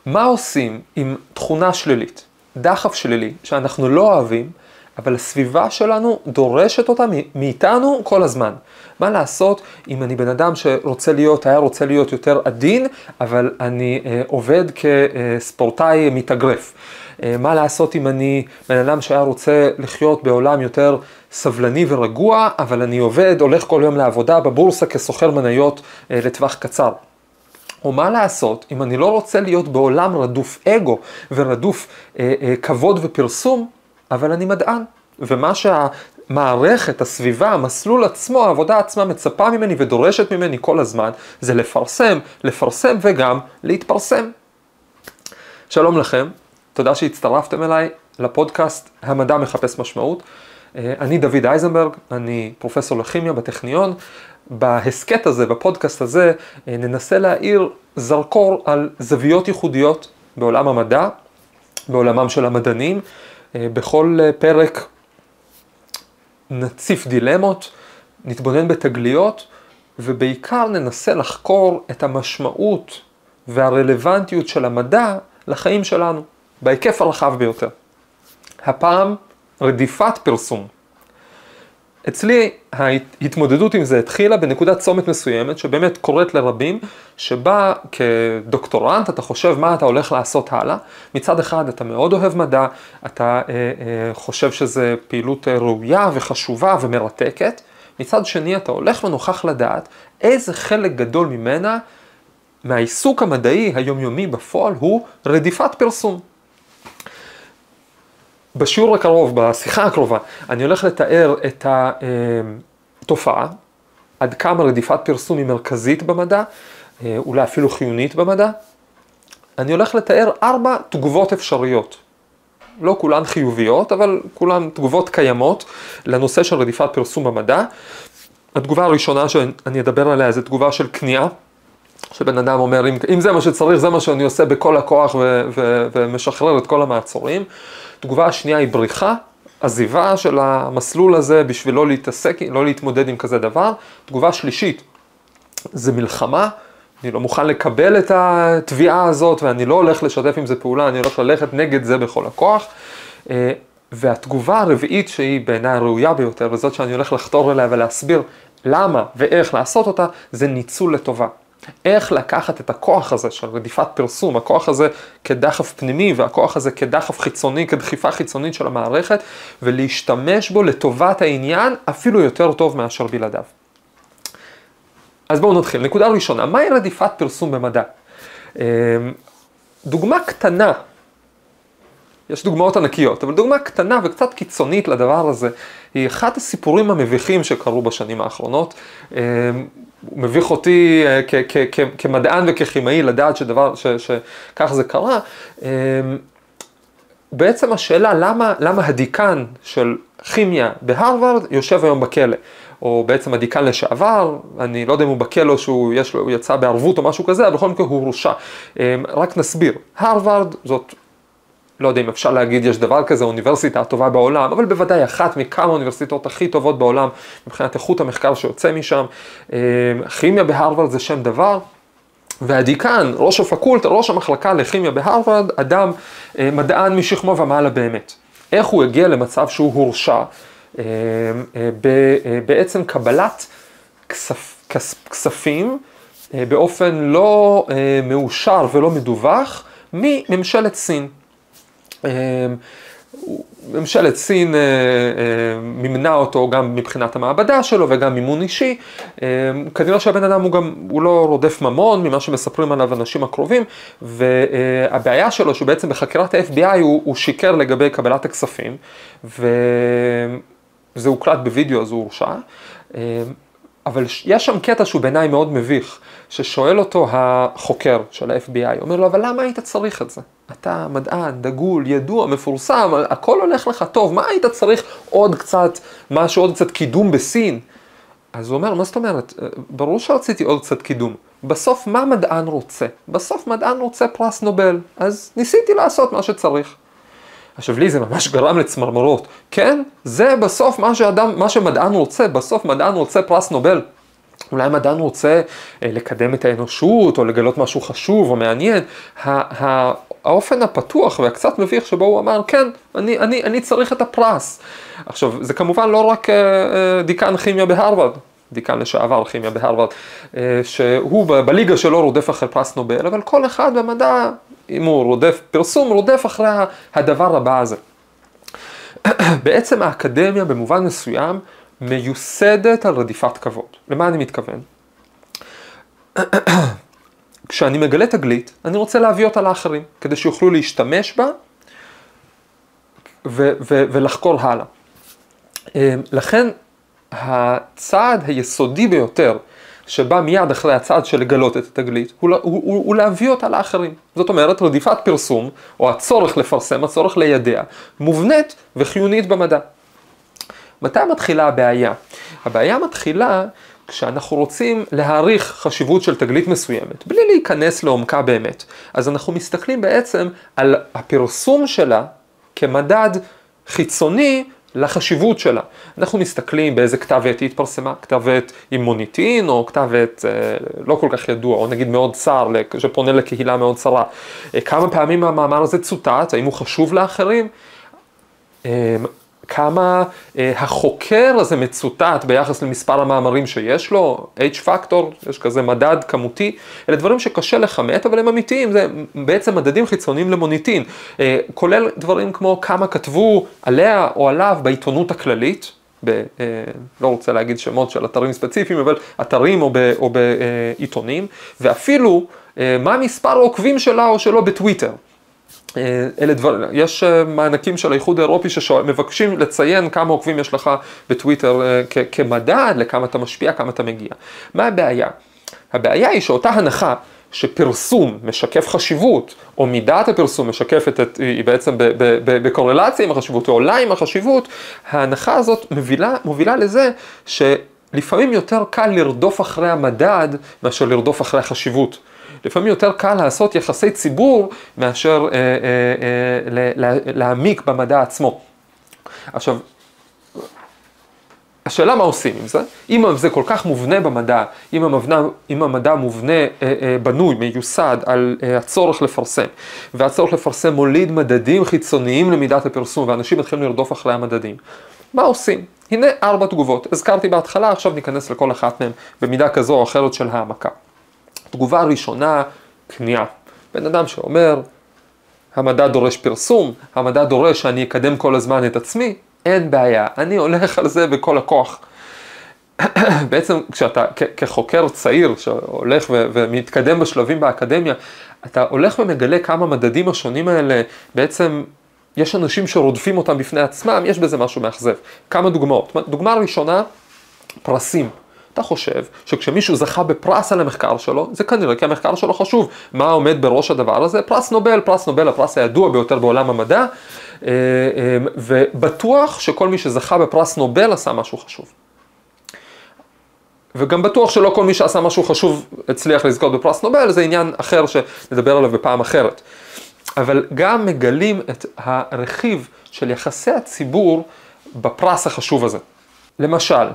מה עושים עם תכונה שלילית, דחף שלילי, שאנחנו לא אוהבים, אבל הסביבה שלנו דורשת אותה מאיתנו כל הזמן? מה לעשות אם אני בן אדם היה רוצה להיות יותר עדין, אבל אני עובד כספורטאי מתאגרף? מה לעשות אם אני בן אדם שהיה רוצה לחיות בעולם יותר סבלני ורגוע, אבל אני הולך כל יום לעבודה בבורסה כסוחר מניות לטווח קצר? או מה לעשות אם אני לא רוצה להיות בעולם רדוף אגו ורדוף כבוד ופרסום, אבל אני מדען, ומה שהמערכת, הסביבה, המסלול עצמו, העבודה עצמה מצפה ממני ודורשת ממני כל הזמן, זה לפרסם וגם להתפרסם. שלום לכם, תודה שהצטרפתם אליי לפודקאסט המדע מחפש משמעות. אני דוד אייזנברג, אני פרופסור לכימיה בטכניון. בהסקט הזה, בפודקאסט הזה, ננסה להאיר זרקור על זוויות ייחודיות בעולם המדע, בעולמם של המדענים. בכל פרק נציף דילמות, נתבונן בתגליות, ובעיקר ננסה לחקור את המשמעות והרלוונטיות של המדע לחיים שלנו, בהיקף הרחב ביותר. הפעם, רדיפת פרסום. אצלי ההתמודדות עם זה התחילה בנקודת צומת מסוימת, שבאמת קורית לרבים, שבה כדוקטורנט אתה חושב מה אתה הולך לעשות הלאה. מצד אחד אתה מאוד אוהב מדע, אתה חושב שזה פעילות ראויה וחשובה ומרתקת. מצד שני אתה הולך ונוכח לדעת איזה חלק גדול ממנה, מהעיסוק המדעי היומיומי בפועל, הוא רדיפת פרסום. בשיעור הקרוב, בשיחה הקרובה, אני הולך לתאר את התופעה, עד כמה רדיפת פרסום היא מרכזית במדע, אולי אפילו חיונית במדע. אני הולך לתאר 4 תגובות אפשריות. לא כולן חיוביות, אבל כולן תגובות קיימות לנושא של רדיפת פרסום במדע. התגובה הראשונה שאני אדבר עליה זה תגובה של כניעה, שבן אדם אומר, אם זה מה שצריך, זה מה שאני עושה בכל הכוח ומשחרר את כל המעצורים. תגובה השנייה היא בריחה, עזיבה של המסלול הזה בשביל לא להתמודד עם כזה דבר. תגובה שלישית זה מלחמה, אני לא מוכן לקבל את התביעה הזאת ואני לא הולך לשתף עם זה פעולה, אני הולך ללכת נגד זה בכל הכוח. והתגובה הרביעית שהיא בעיניי הראויה ביותר, וזאת שאני הולך לחתור אליה ולהסביר למה ואיך לעשות אותה, זה ניצול לטובה. איך לקחת את הכוח הזה של רדיפת פרסום, הכוח הזה כדחף פנימי והכוח הזה כדחף חיצוני, כדחיפה חיצונית של המערכת, ולהשתמש בו לטובת העניין אפילו יותר טוב מאשר בלעדיו. אז בואו נתחיל. נקודה ראשונה, מהי רדיפת פרסום במדע? דוגמה קטנה, יש דוגמאות ענקיות, אבל דוגמה קטנה וקצת קיצונית לדבר הזה, היא אחד הסיפורים המביכים שקרו בשנים האחרונות. הוא מביך אותי כמדען וככימאי לדעת שכך זה קרה. בעצם השאלה למה הדיקן של כימיה בהרווארד יושב היום בכלא, או בעצם הדיקן לשעבר, אני לא יודע אם הוא בכלא או שהוא יצא בערבות או משהו כזה, אבל בכל מקרה הוא הורשע. רק נסביר, הרווארד זאת, לא יודע אם אפשר להגיד יש דבר כזה, אוניברסיטה הטובה בעולם, אבל בוודאי אחת מכמה האוניברסיטאות הכי טובות בעולם, מבחינת איכות המחקר שיוצא משם. כימיה בהרווארד זה שם דבר, והדיקן, ראש הפקולטה, ראש המחלקה לכימיה בהרווארד, אדם מדען משכמו ומעלה באמת. איך הוא הגיע למצב שהוא הורשע? בעצם קבלת כספים באופן לא מאושר ולא מדווח מממשלת סין. ממשלת סין מימנה אותו גם מבחינת המעבדה שלו וגם מימון אישי. כנראה שהבן אדם הוא לא רודף ממון ממה שמספרים עליו אנשים הקרובים, והבעיה שלו שבעצם בחקירת ה-FBI הוא שיקר לגבי קבלת הכספים, וזה הוקלט בווידאו, אז הוא הורשע. אבל יש שם קטע שהוא בעיניי מאוד מביך, ששואל אותו החוקר של ה-FBI, אומר לו, אבל למה היית צריך את זה? אתה מדען, דגול, ידוע, מפורסם, הכל הולך לך טוב, מה היית צריך עוד קצת, משהו, עוד קצת קידום בסין? אז הוא אומר, מה זאת אומרת? ברור שרציתי עוד קצת קידום. בסוף מה מדען רוצה? בסוף מדען רוצה פרס נובל, אז ניסיתי לעשות מה שצריך. עכשיו לי זה ממש גרם לצמרמורות, כן? זה בסוף מה שמדען רוצה, בסוף מדען רוצה פרס נובל. אולי המדען רוצה לקדם את האנושות, או לגלות משהו חשוב או מעניין. האופן הפתוח והקצת מביך שבו הוא אמר, כן, אני צריך את הפרס. עכשיו, זה כמובן לא רק דיקן כימיה בהרווארד, דיקן לשעבר כימיה בהרווארד, שהוא בליגה שלו רודף אחרי פרס נובל, אבל כל אחד במדע, אם הוא רודף פרסום, רודף אחרי הדבר הבא הזה. בעצם האקדמיה במובן מסוים מיוסדת על רדיפת כבוד. למה אני מתכוון? כשאני מגלה תגלית, אני רוצה להביא אותה לאחרים, כדי שיוכלו להשתמש בה ולחקור הלאה. לכן הצעד היסודי ביותר שבא מיד אחרי הצעד של לגלות את התגלית, הוא להביא אותה לאחרים. זאת אומרת, רדיפת פרסום, או הצורך לפרסם, הצורך לידע, מובנית וחיונית במדע. מתי מתחילה הבעיה? הבעיה מתחילה כשאנחנו רוצים להעריך חשיבות של תגלית מסוימת, בלי להיכנס לעומקה באמת. אז אנחנו מסתכלים בעצם על הפרסום שלה כמדד חיצוני לחשיבות שלה. אנחנו מסתכלים באיזה כתב עת היא התפרסמה, כתב עת עם מוניטין, או כתב עת לא כל כך ידוע, או נגיד מאוד צר, שפונה לקהילה מאוד צרה. כמה פעמים המאמר הזה צוטט, האם הוא חשוב לאחרים? כמה החוקר הזה מצוטט ביחס למספר המאמרים שיש לו, H-Factor, יש כזה מדד כמותי, אלה דברים שקשה לכמת, אבל הם אמיתיים, זה בעצם מדדים חיצוניים למוניטין, כולל דברים כמו כמה כתבו עליה או עליו בעיתונות הכללית, לא רוצה להגיד שמות של אתרים ספציפיים, אבל אתרים או בעיתונים, ואפילו מה מספר העוקבים שלה או שלו בטוויטר. אלה דברים, יש מענקים של האיחוד האירופי שמבקשים לציין כמה עוקבים יש לך בטוויטר כמדד, לכמה אתה משפיע, כמה אתה מגיע. מה הבעיה? הבעיה היא שאותה הנחה שפרסום משקף חשיבות, או מידת הפרסום משקפת, היא בעצם בקורלציה עם החשיבות, או עולה עם החשיבות, ההנחה הזאת מובילה לזה שלפעמים יותר קל לרדוף אחרי המדד מאשר לרדוף אחרי החשיבות. לפעמים יותר קל לעשות יחסי ציבור מאשר להעמיק במדע עצמו. עכשיו, השאלה מה עושים עם זה? אם זה כל כך מובנה במדע, אם המדע מובנה, בנוי, מיוסד על הצורך לפרסם, והצורך לפרסם מוליד מדדים חיצוניים למידת הפרסום, ואנשים מתחילים לרדוף אחרי המדדים. מה עושים? הנה 4 תגובות. הזכרתי בהתחלה, עכשיו ניכנס לכל אחת מהן במידה כזו או אחרת של העמקה. תגובה ראשונה, כניעה. בן אדם שאומר, המדע דורש פרסום, המדע דורש שאני אקדם כל הזמן את עצמי, אין בעיה, אני הולך על זה בכל הכוח. בעצם כשאתה כחוקר צעיר שהולך ומתקדם בשלבים באקדמיה, אתה הולך ומגלה כמה מדדים השונים האלה, בעצם יש אנשים שרודפים אותם בפני עצמם, יש בזה משהו מאכזב. כמה דוגמאות. דוגמה ראשונה, פרסים. אתה חושב שכשמישהו זכה בפרס על המחקר שלו, זה כנראה כי המחקר שלו חשוב. מה עומד בראש הדבר הזה? פרס נובל, הפרס הידוע ביותר בעולם המדע, ובטוח שכל מי שזכה בפרס נובל עשה משהו חשוב. וגם בטוח שלא כל מי שעשה משהו חשוב הצליח לזכות בפרס נובל, זה עניין אחר שנדבר עליו בפעם אחרת. אבל גם מגלים את הרכיב של יחסי הציבור בפרס החשוב הזה. למשל,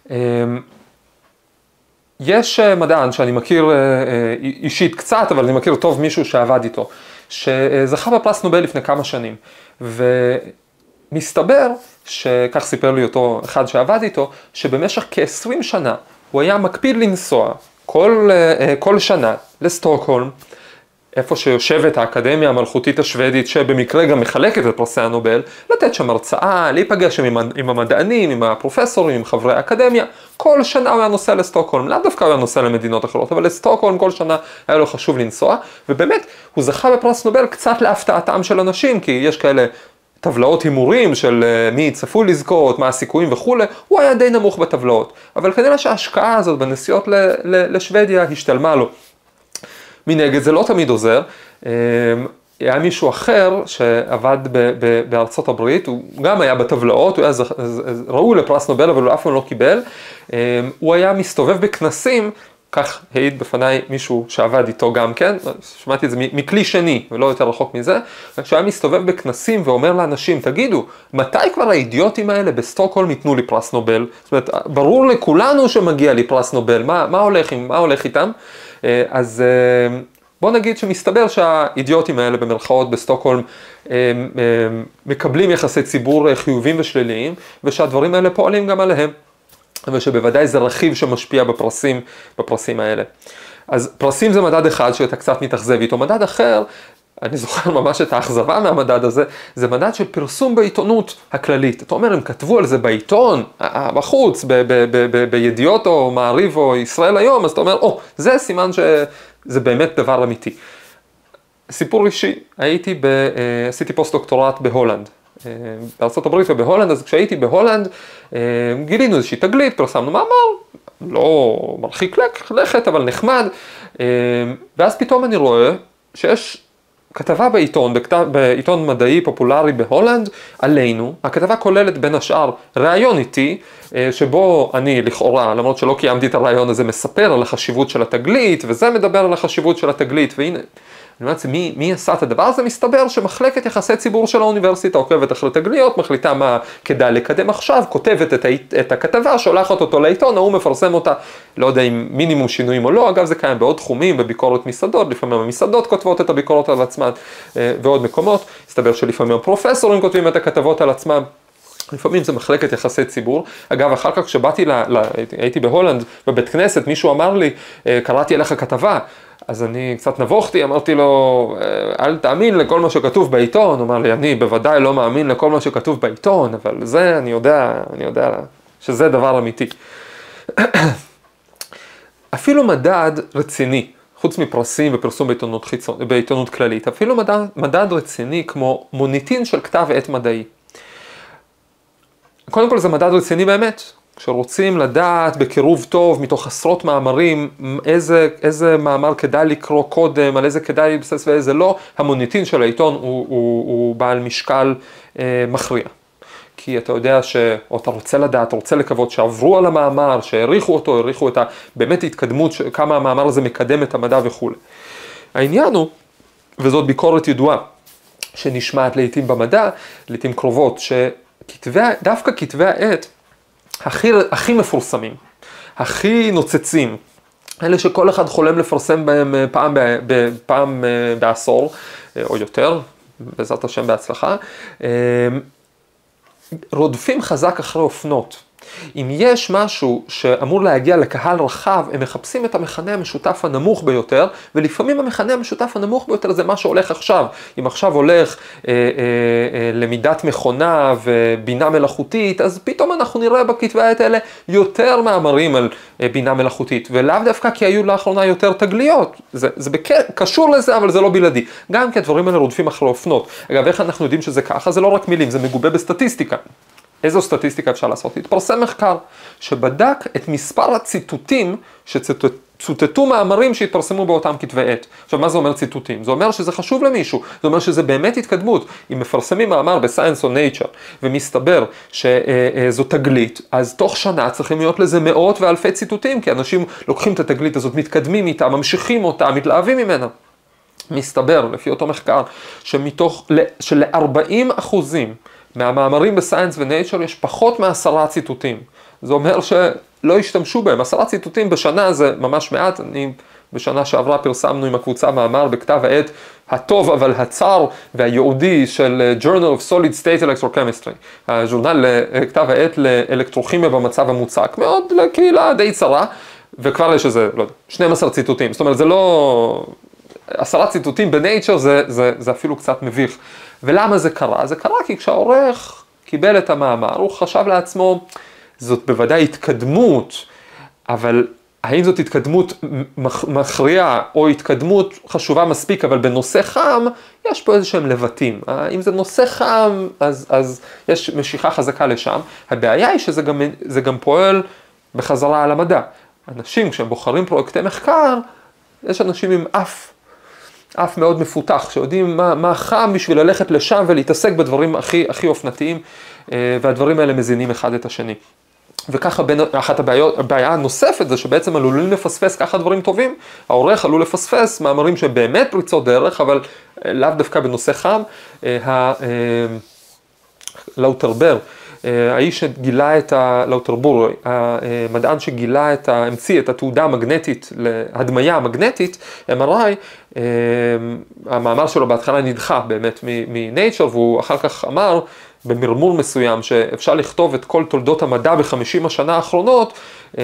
יש מדען שאני מכיר אישית קצת, אבל אני מכיר טוב מישהו שעבד איתו, שזכה בפרס נובל לפני כמה שנים, ומסתבר, שכך סיפר לי אותו אחד שעבד איתו, שבמשך כ-20 שנה הוא היה מקפיד לנסוע כל שנה לסטוקהולם, איפה שיושבת האקדמיה המלכותית השוודית, שבמקרה גם מחלקת את פרסי הנובל, לתת שם הרצאה, להיפגש עם המדענים, עם הפרופסורים, עם חברי האקדמיה. כל שנה הוא היה נוסע לסטוקהולם, לא דווקא הוא היה נוסע למדינות אחרות, אבל לסטוקהולם כל שנה היה לו חשוב לנסוע, ובאמת הוא זכה בפרס נובל קצת להפתעתם של אנשים, כי יש כאלה טבלאות הימורים של מי צפוי לזכות, מה הסיכויים וכו', הוא היה די נמוך בטבלאות. אבל כנראה שההשקעה הזאת בנסיעות לשוודיה השתלמה לו. מנגד זה לא תמיד עוזר, היה מישהו אחר שעבד בארצות הברית, הוא גם היה בטבלאות, הוא היה ראוי לפרס נובל אבל הוא אף פעם לא קיבל, הוא היה מסתובב בכנסים כך העיד בפניי מישהו שעבד איתו גם כן, שמעתי את זה מכלי שני ולא יותר רחוק מזה, כשהיה מסתובב בכנסים ואומר לאנשים, תגידו, מתי כבר האידיוטים האלה בסטוקהולם ייתנו לי פרס נובל? זאת אומרת, ברור לכולנו שמגיע לי פרס נובל, מה הולך איתם? אז בוא נגיד שמסתבר שהאידיוטים האלה במרכאות בסטוקהולם מקבלים יחסי ציבור חיוביים ושליליים, ושהדברים האלה פועלים גם עליהם. ושבוודאי זה רכיב שמשפיע בפרסים האלה. אז פרסים זה מדד אחד שאתה קצת מתאכזב איתו, מדד אחר, אני זוכר ממש את האכזבה מהמדד הזה, זה מדד של פרסום בעיתונות הכללית. אתה אומר, הם כתבו על זה בעיתון, בחוץ, בידיעות או מעריב או ישראל היום, אז אתה אומר, זה סימן שזה באמת דבר אמיתי. סיפור אישי, עשיתי פוסט-דוקטורט בהולנד. בארצות הברית ובהולנד, אז כשהייתי בהולנד, גילינו איזושהי תגלית, פרסמנו מאמר, לא מרחיק לכת, אבל נחמד, ואז פתאום אני רואה שיש כתבה בעיתון מדעי פופולרי בהולנד, עלינו. הכתבה כוללת בין השאר ראיון איתי, שבו אני לכאורה, למרות שלא קיימתי את הראיון הזה, מספר על החשיבות של התגלית, וזה מדבר על החשיבות של התגלית, והנה, אני אומרת, מי עשה את הדבר הזה? מסתבר שמחלקת יחסי ציבור של האוניברסיטה עוקבת אחרי תגליות, מחליטה מה כדאי לקדם עכשיו, כותבת את הכתבה, שולחת אותו לעיתון, הוא מפרסם אותה, לא יודע אם מינימום שינויים או לא, אגב זה קיים בעוד תחומים, בביקורת מסעדות, לפעמים המסעדות כותבות את הביקורת על עצמן, ועוד מקומות, מסתבר שלפעמים הפרופסורים כותבים את הכתבות על עצמם, לפעמים זה מחלקת יחסי ציבור. אגב, אחר כך כשבאתי, הייתי בהולנד, בבית כנסת, מישהו אמר לי, קראתי עליך כתבה, אז אני קצת נבוכתי, אמרתי לו, אל תאמין לכל מה שכתוב בעיתון. הוא אמר לי, אני בוודאי לא מאמין לכל מה שכתוב בעיתון, אבל זה אני יודע שזה דבר אמיתי. אפילו מדד רציני, חוץ מפרסים ופרסום בעיתונות כללית, אפילו מדד רציני כמו מוניטין של כתב עת מדעי. קודם כל זה מדד רציני באמת. כשרוצים לדעת בקירוב טוב מתוך עשרות מאמרים איזה מאמר כדאי לקרוא קודם, על איזה כדאי להתבסס ואיזה לא, המוניטין של העיתון הוא בעל משקל מכריע. כי אתה יודע או אתה רוצה לדעת, אתה רוצה לקוות שעברו על המאמר, שהעריכו אותו, העריכו את באמת התקדמות, כמה המאמר הזה מקדם את המדע וכו'. העניין הוא, וזאת ביקורת ידועה, שנשמעת לעתים במדע, לעתים קרובות, שדווקא כתבי העת, הכי מפורסמים, הכי נוצצים, אלה שכל אחד חולם לפרסם בהם פעם בעשור, או יותר, בעזרת השם בהצלחה, רודפים חזק אחרי אופנות. אם יש משהו שאמור להגיע לקהל רחב, הם מחפשים את המכנה המשותף הנמוך ביותר, ולפעמים המכנה המשותף הנמוך ביותר זה מה שהולך עכשיו. אם עכשיו הולך למידת מכונה ובינה מלאכותית, אז פתאום אנחנו נראה בכתבי העת האלה יותר מאמרים על בינה מלאכותית, ולאו דווקא כי היו לאחרונה יותר תגליות. זה קשור לזה, אבל זה לא בלעדי. גם כי הדברים האלה רודפים אחרי אופנות. אגב, איך אנחנו יודעים שזה ככה? זה לא רק מילים, זה מגובה בסטטיסטיקה. איזו סטטיסטיקה אפשר לעשות? התפרסם מחקר שבדק את מספר הציטוטים שצוטטו מאמרים שהתפרסמו באותם כתבי עת. עכשיו, מה זה אומר ציטוטים? זה אומר שזה חשוב למישהו, זה אומר שזה באמת התקדמות. אם מפרסמים מאמר ב-Science or Nature ומסתבר שזו תגלית, אז תוך שנה צריכים להיות לזה מאות ואלפי ציטוטים, כי אנשים לוקחים את התגלית הזאת, מתקדמים איתה, ממשיכים אותה, מתלהבים ממנה. מסתבר, לפי אותו מחקר, של-40% מהמאמרים ב-Science ו-Nature יש פחות מ10 ציטוטים. זה אומר שלא השתמשו בהם. 10 ציטוטים בשנה זה ממש מעט. בשנה שעברה פרסמנו עם הקבוצה מאמר בכתב העת הטוב אבל הצר והייעודי של Journal of Solid State Electrochemistry. הז'ורנל לכתב העת לאלקטרוכימיה במצב המוצק. מאוד לקהילה די צרה, וכבר יש איזה, לא יודע, 12 ציטוטים. זאת אומרת, זה לא... 10 ציטוטים ב-Nature זה אפילו קצת מביך. ולמה זה קרה? זה קרה כי כשהעורך קיבל את המאמר, הוא חשב לעצמו, זאת בוודאי התקדמות, אבל האם זאת התקדמות מכריעה או התקדמות חשובה מספיק, אבל בנושא חם, יש פה איזה שהם לבטים. אם זה נושא חם, אז יש משיכה חזקה לשם. הבעיה היא שזה גם פועל בחזרה על המדע. אנשים, כשהם בוחרים פרויקטי מחקר, יש אנשים עם אף מאוד מפותח, שיודעים מה חם בשביל ללכת לשם ולהתעסק בדברים הכי אופנתיים, והדברים האלה מזינים אחד את השני. וככה אחת הבעיה הנוספת זה שבעצם עלולים לפספס ככה דברים טובים, העורך עלול לפספס מאמרים שבאמת פריצות דרך, אבל לאו דווקא בנושא חם. לאוטרבר, האיש שגילה לאוטרבור, המדען שגילה המציא את התעודה המגנטית להדמיה המגנטית, MRI, המאמר שלו בהתחלה נדחה באמת מ-Nature, והוא אחר כך אמר במרמור מסוים שאפשר לכתוב את כל תולדות המדע ב-50 השנה האחרונות,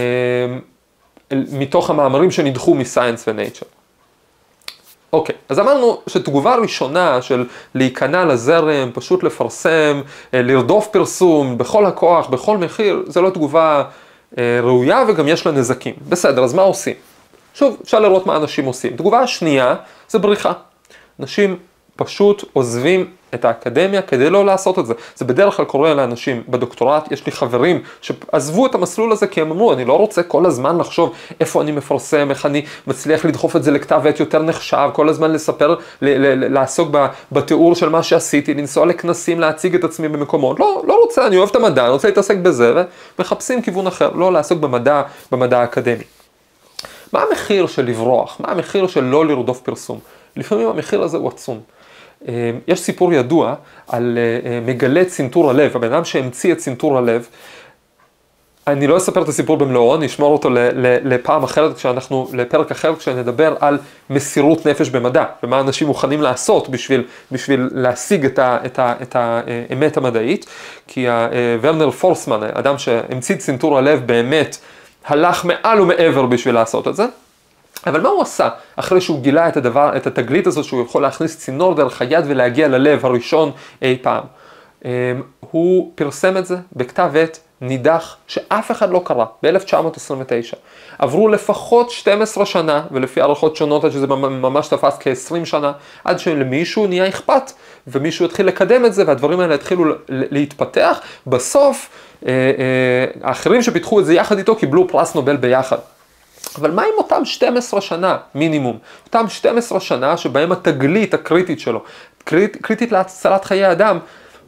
מתוך המאמרים שנדחו מ-Science ו-Nature. אוקיי, אז אמרנו שתגובה ראשונה של להיכנע לזרם, פשוט לפרסם, לרדוף פרסום, בכל הכוח, בכל מחיר, זה לא תגובה ראויה וגם יש לה נזקים. בסדר, אז מה עושים? שוב, אפשר לראות מה אנשים עושים. תגובה השנייה זה בריחה. אנשים פשוט עוזבים את האקדמיה כדי לא לעשות את זה. זה בדרך כלל קורה לאנשים בדוקטורט, יש לי חברים שעזבו את המסלול הזה כי הם אמרו, אני לא רוצה כל הזמן לחשוב איפה אני מפרסם, איך אני מצליח לדחוף את זה לכתב עת יותר נחשב, כל הזמן לספר, לעסוק בתיאור של מה שעשיתי, לנסוע לכנסים, להציג את עצמי במקומות. לא רוצה, אני אוהב את המדע, אני רוצה להתעסק בזה, ומחפשים כיוון אחר, לא לעסוק במדע האקדמי. מה המחיר של לברוח? מה המחיר של לא לרדוף פרסום? לפעמים המחיר הזה הוא עצום. יש סיפור ידוע על מגלה צנתור הלב, הבן אדם שהמציא את צנתור הלב. אני לא אספר את הסיפור במלואו, אני אשמור אותו לפעם אחרת, לפרק אחר, כשנדבר על מסירות נפש במדע, ומה אנשים מוכנים לעשות בשביל להשיג את האמת המדעית. כי ורנר פורסמן, האדם שהמציא את צנתור הלב, באמת הלך מעל ומעבר בשביל לעשות את זה. אבל מה הוא עשה אחרי שהוא גילה את התגלית הזאת שהוא יכול להכניס צינור דרך היד ולהגיע ללב הראשון אי פעם? הוא פרסם את זה בכתב עת נידח שאף אחד לא קרא, ב-1929. עברו לפחות 12 שנה, ולפי הערכות שונות עד שזה ממש תפס כ-20 שנה, עד שלמישהו נהיה אכפת, ומישהו התחיל לקדם את זה, והדברים האלה התחילו להתפתח. בסוף, האחרים שפיתחו את זה יחד איתו קיבלו פרס נובל ביחד. אבל מה עם אותם 12 שנה מינימום? אותם 12 שנה שבהם התגלית הקריטית שלו, קריטית להצלת חיי אדם,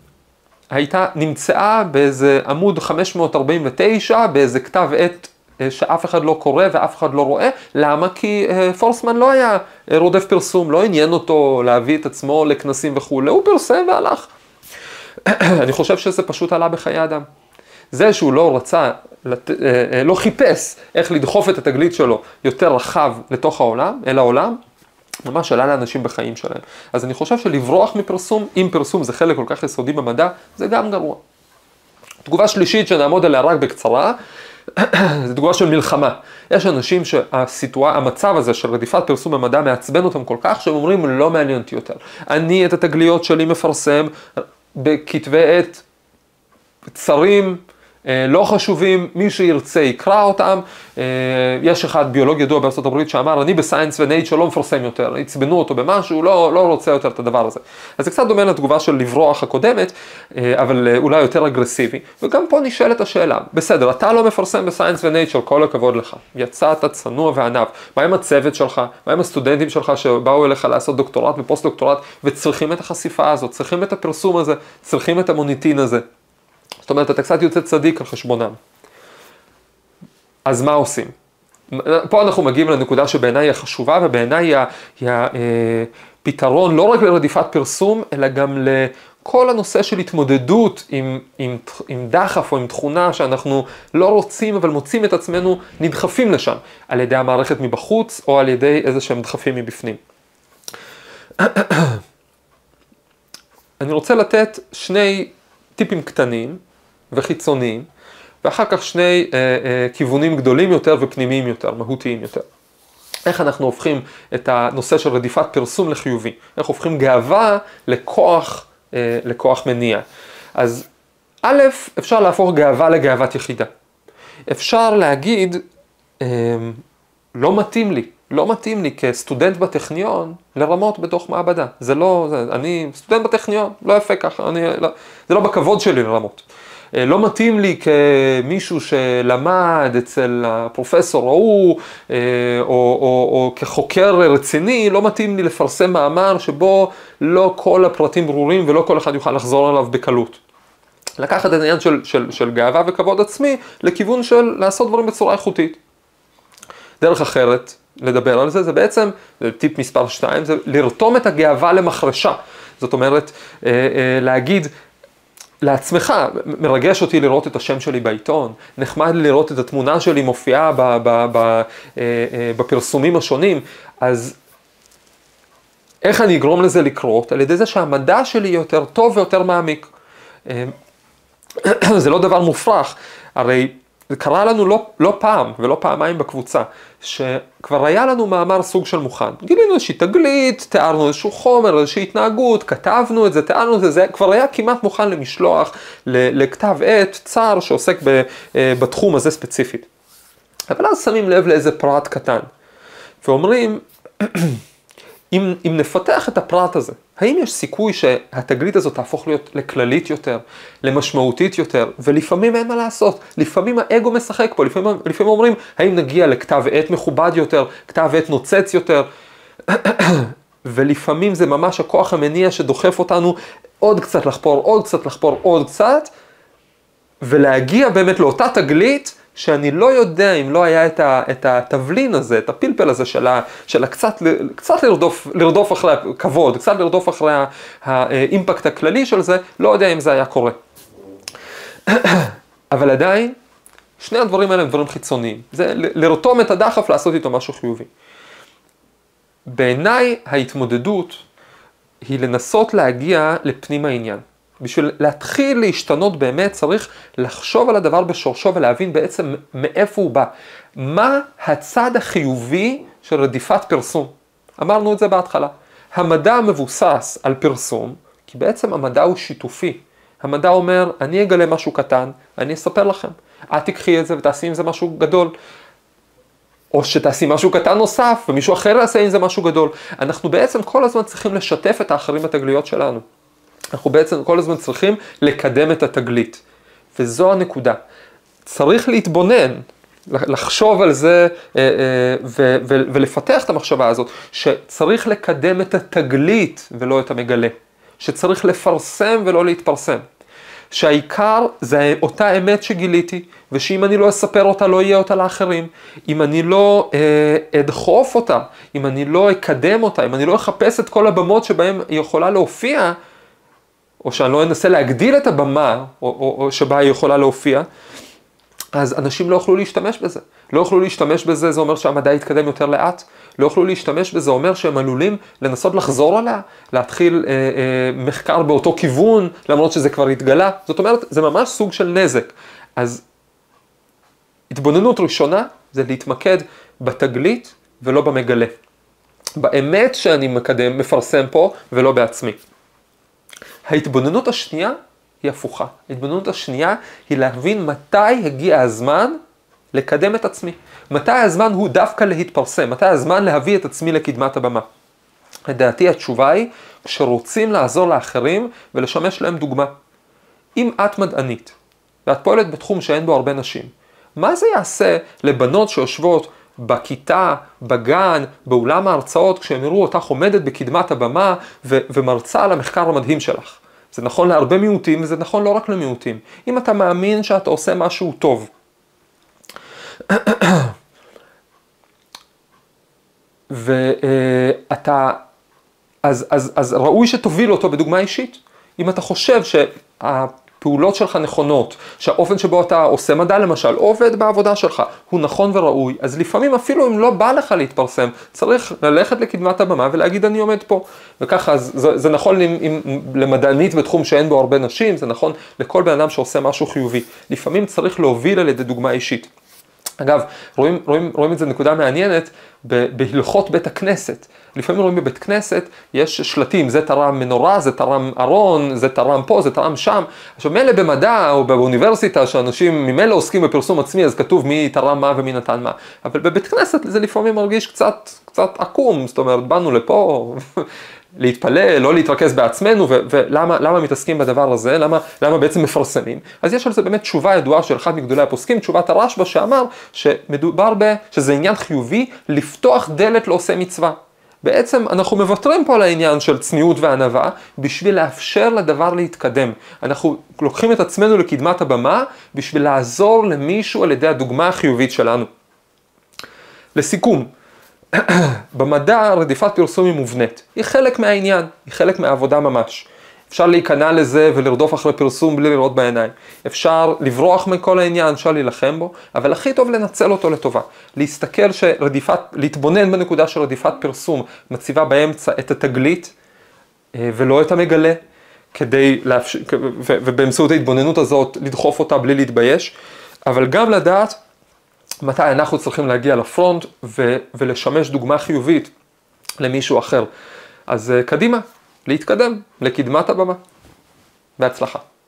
נמצאה באיזה עמוד 549, באיזה כתב עת שאף אחד לא קורא ואף אחד לא רואה. למה? כי פורסמן לא היה רודף פרסום, לא עניין אותו להביא את עצמו לכנסים וכו', הוא פרסם והלך. אני חושב שזה פשוט עלה בחיי אדם. זה שהוא לא רצה, לא חיפש איך לדחוף את התגלית שלו יותר רחב לתוך העולם, אל העולם, ממש עלה לאנשים בחיים שלהם. אז אני חושב שלברוח מפרסום, אם פרסום זה חלק כל כך יסודי במדע, זה גם גרוע. תגובה שלישית שנעמוד עליה רק בקצרה, זה תגובה של מלחמה. יש אנשים שהמצב הזה של רדיפת פרסום במדע מעצבן אותם כל כך, שהם אומרים לא מעניין אותי יותר. אני את התגליות שלי מפרסם בכתבי עת צרים, לא חשובים, מי שירצה יקרא אותם. יש אחד ביולוג ידוע בארצות הברית שאמר, אני בסיינס ונייצ'ר לא מפרסם יותר, הצבנו אותו במשהו, לא רוצה יותר את הדבר הזה. אז זה קצת דומה לתגובה של לברוח הקודמת, אבל אולי יותר אגרסיבי. וגם פה נשאלת השאלה, בסדר, אתה לא מפרסם בסיינס ונייצ'ר, כל הכבוד לך. יצאת צנוע וענב. מה עם הצוות שלך? מה עם הסטודנטים שלך שבאו אליך לעשות דוקטורט ופוסט דוקטורט וצריכים את החשיפה הזאת, צריכים את הפרסום הזה, צריכים את המוניטין הזה? זאת אומרת, אתה קצת יוצא צדיק על חשבונם. אז מה עושים? פה אנחנו מגיעים לנקודה שבעיניי היא חשובה, ובעיניי היא הפתרון לא רק לרדיפת פרסום, אלא גם לכל הנושא של התמודדות עם דחף או עם תכונה שאנחנו לא רוצים, אבל מוצאים את עצמנו נדחפים לשם, על ידי המערכת מבחוץ, או על ידי איזה שהם דחפים מבפנים. אני רוצה לתת שני טיפים קטנים וחיצוניים, ואחר כך שני כיוונים גדולים יותר ופנימיים יותר, מהותיים יותר. איך אנחנו הופכים את הנושא של רדיפת פרסום לחיובי? איך הופכים גאווה לכוח מניע? אז א', אפשר להפוך גאווה לגאוות יחידה. אפשר להגיד, לא מתאים לי כסטודנט בטכניון לרמות בתוך מעבדה. אני סטודנט בטכניון, לא יפה ככה, זה לא בכבוד שלי לרמות. לא מתאים לי כמישהו שלמד אצל הפרופסור או כחוקר רציני, לא מתאים לי לפרסם מאמר שבו לא כל הפרטים ברורים ולא כל אחד יוכל לחזור עליו בקלות. לקחת את העניין של גאווה וכבוד עצמי לכיוון של לעשות דברים בצורה איכותית. דרך אחרת לדבר על זה, זה בעצם, זה טיפ מספר 2, זה לרתום את הגאווה למחרשה. זאת אומרת, להגיד לעצמך, מרגש אותי לראות את השם שלי בעיתון, נחמד לראות את התמונה שלי מופיעה בפרסומים השונים, אז איך אני אגרום לזה לקרות? על ידי זה שהמדע שלי יותר טוב ויותר מעמיק. זה לא דבר מופרך, הרי זה קרה לנו לא פעם ולא פעמיים בקבוצה, שכבר היה לנו מאמר סוג של מוכן. גילינו איזושהי תגלית, תיארנו איזשהו חומר, איזושהי התנהגות, כתבנו את זה, תיארנו את זה, זה כבר היה כמעט מוכן למשלוח, לכתב עת, צר שעוסק בתחום הזה ספציפית. אבל אז שמים לב לאיזה פרט קטן, ואומרים, אם נפתח את הפרט הזה, האם יש סיכוי שהתגלית הזאת תהפוך להיות לכללית יותר, למשמעותית יותר, ולפעמים אין מה לעשות, לפעמים האגו משחק פה, לפעמים אומרים, האם נגיע לכתב עת מכובד יותר, כתב עת נוצץ יותר, ולפעמים זה ממש הכוח המניע שדוחף אותנו עוד קצת לחפור, עוד קצת לחפור, עוד קצת, ולהגיע באמת לאותה תגלית, שאני לא יודע אם לא היה את התבלין הזה, את הפלפל הזה של קצת לרדוף אחרי הכבוד, קצת לרדוף אחרי האימפקט הכללי של זה, לא יודע אם זה היה קורה. אבל עדיין, שני הדברים האלה הם דברים חיצוניים. זה לרתום את הדחף, לעשות איתו משהו חיובי. בעיניי ההתמודדות היא לנסות להגיע לפנים העניין. בשביל להתחיל להשתנות באמת צריך לחשוב על הדבר בשורשו ולהבין בעצם מאיפה הוא בא. מה הצד החיובי של רדיפת פרסום? אמרנו את זה בהתחלה. המדע מבוסס על פרסום, כי בעצם המדע הוא שיתופי. המדע אומר, אני אגלה משהו קטן, אני אספר לכם. את תקחי את זה ותעשי עם זה משהו גדול. או שתעשי משהו קטן נוסף, ומישהו אחר יעשה עם זה משהו גדול. אנחנו בעצם כל הזמן צריכים לשתף את האחרים בתגליות שלנו. אנחנו בעצם כל הזמן צריכים לקדם את התגלית. וזו הנקודה. צריך להתבונן, לחשוב על זה ולפתח את המחשבה הזאת, שצריך לקדם את התגלית ולא את המגלה. שצריך לפרסם ולא להתפרסם. שהעיקר זה אותה אמת שגיליתי, ושאם אני לא אספר אותה, לא יהיה אותה לאחרים. אם אני לא אדחוף אותה, אם אני לא אקדם אותה, אם אני לא אחפש את כל הבמות שבהן היא יכולה להופיע, או שאני לא אנסה להגדיל את הבמה, או שבה היא יכולה להופיע, אז אנשים לא יוכלו להשתמש בזה. לא יוכלו להשתמש בזה, זה אומר שהמדע יתקדם יותר לאט. לא יוכלו להשתמש בזה, אומר שהם עלולים לנסות לחזור עליה, להתחיל מחקר באותו כיוון, למרות שזה כבר התגלה. זאת אומרת, זה ממש סוג של נזק. אז התבוננות ראשונה זה להתמקד בתגלית ולא במגלה. באמת שאני מקדם, מפרסם פה ולא בעצמי. ההתבוננות השנייה היא הפוכה. ההתבוננות השנייה היא להבין מתי הגיע הזמן לקדם את עצמי. מתי הזמן הוא דווקא להתפרסם, מתי הזמן להביא את עצמי לקדמת הבמה. לדעתי התשובה היא כשרוצים לעזור לאחרים ולשמש להם דוגמה. אם את מדענית ואת פועלת בתחום שאין בו הרבה נשים, מה זה יעשה לבנות שיושבות בכיתה, בגן, באולם ההרצאות, כשהם יראו אותך עומדת בקדמת הבמה ומרצה על המחקר המדהים שלך? זה נכון להרבה מיעוטים וזה נכון לא רק למיעוטים. אם אתה מאמין שאתה עושה משהו טוב, ואתה, אז ראוי שתוביל אותו בדוגמה אישית. אם אתה חושב שהפעולות שלך נכונות, שהאופן שבו אתה עושה מדע למשל, עובד בעבודה שלך, הוא נכון וראוי, אז לפעמים אפילו אם לא בא לך להתפרסם, צריך ללכת לקדמת הבמה ולהגיד אני עומד פה. וככה, זה נכון למדענית בתחום שאין בו הרבה נשים, זה נכון לכל בן אדם שעושה משהו חיובי. לפעמים צריך להוביל על ידי דוגמה אישית. אגב, רואים את זה נקודה מעניינת בהלכות בית הכנסת. לפעמים רואים בבית כנסת, יש שלטים, זה תרם מנורה, זה תרם ארון, זה תרם פה, זה תרם שם. עכשיו, מילא במדע או באוניברסיטה, שאנשים ממילא עוסקים בפרסום עצמי, אז כתוב מי תרם מה ומי נתן מה. אבל בבית כנסת זה לפעמים מרגיש קצת עקום, זאת אומרת, באנו לפה להתפלל, לא להתרכז בעצמנו, ולמה מתעסקים בדבר הזה, למה בעצם מפרסמים. אז יש על זה באמת תשובה ידועה של אחד מגדולי הפוסקים, תשובת הרשב"א שאמר שמדובר שזה עניין חיובי לפתוח דלת לעושה מצווה. בעצם אנחנו מוותרים פה על העניין של צניעות וענווה, בשביל לאפשר לדבר להתקדם. אנחנו לוקחים את עצמנו לקדמת הבמה, בשביל לעזור למישהו על ידי הדוגמה החיובית שלנו. לסיכום, במדע רדיפת פרסום היא מובנית. היא חלק מהעניין, היא חלק מהעבודה ממש. אפשר להיכנע לזה ולרדוף אחרי פרסום בלי לראות בעיניים. אפשר לברוח מכל העניין, אפשר להילחם בו, אבל הכי טוב לנצל אותו לטובה. להתבונן בנקודה של רדיפת פרסום, מציבה באמצע את התגלית ולא את המגלה, ובאמצעות ההתבוננות הזאת לדחוף אותה בלי להתבייש, אבל גם לדעת מתי אנחנו צריכים להגיע לפרונט ולשמש דוגמה חיובית למישהו אחר. אז קדימה, להתקדם לקדמת הבמה. בהצלחה.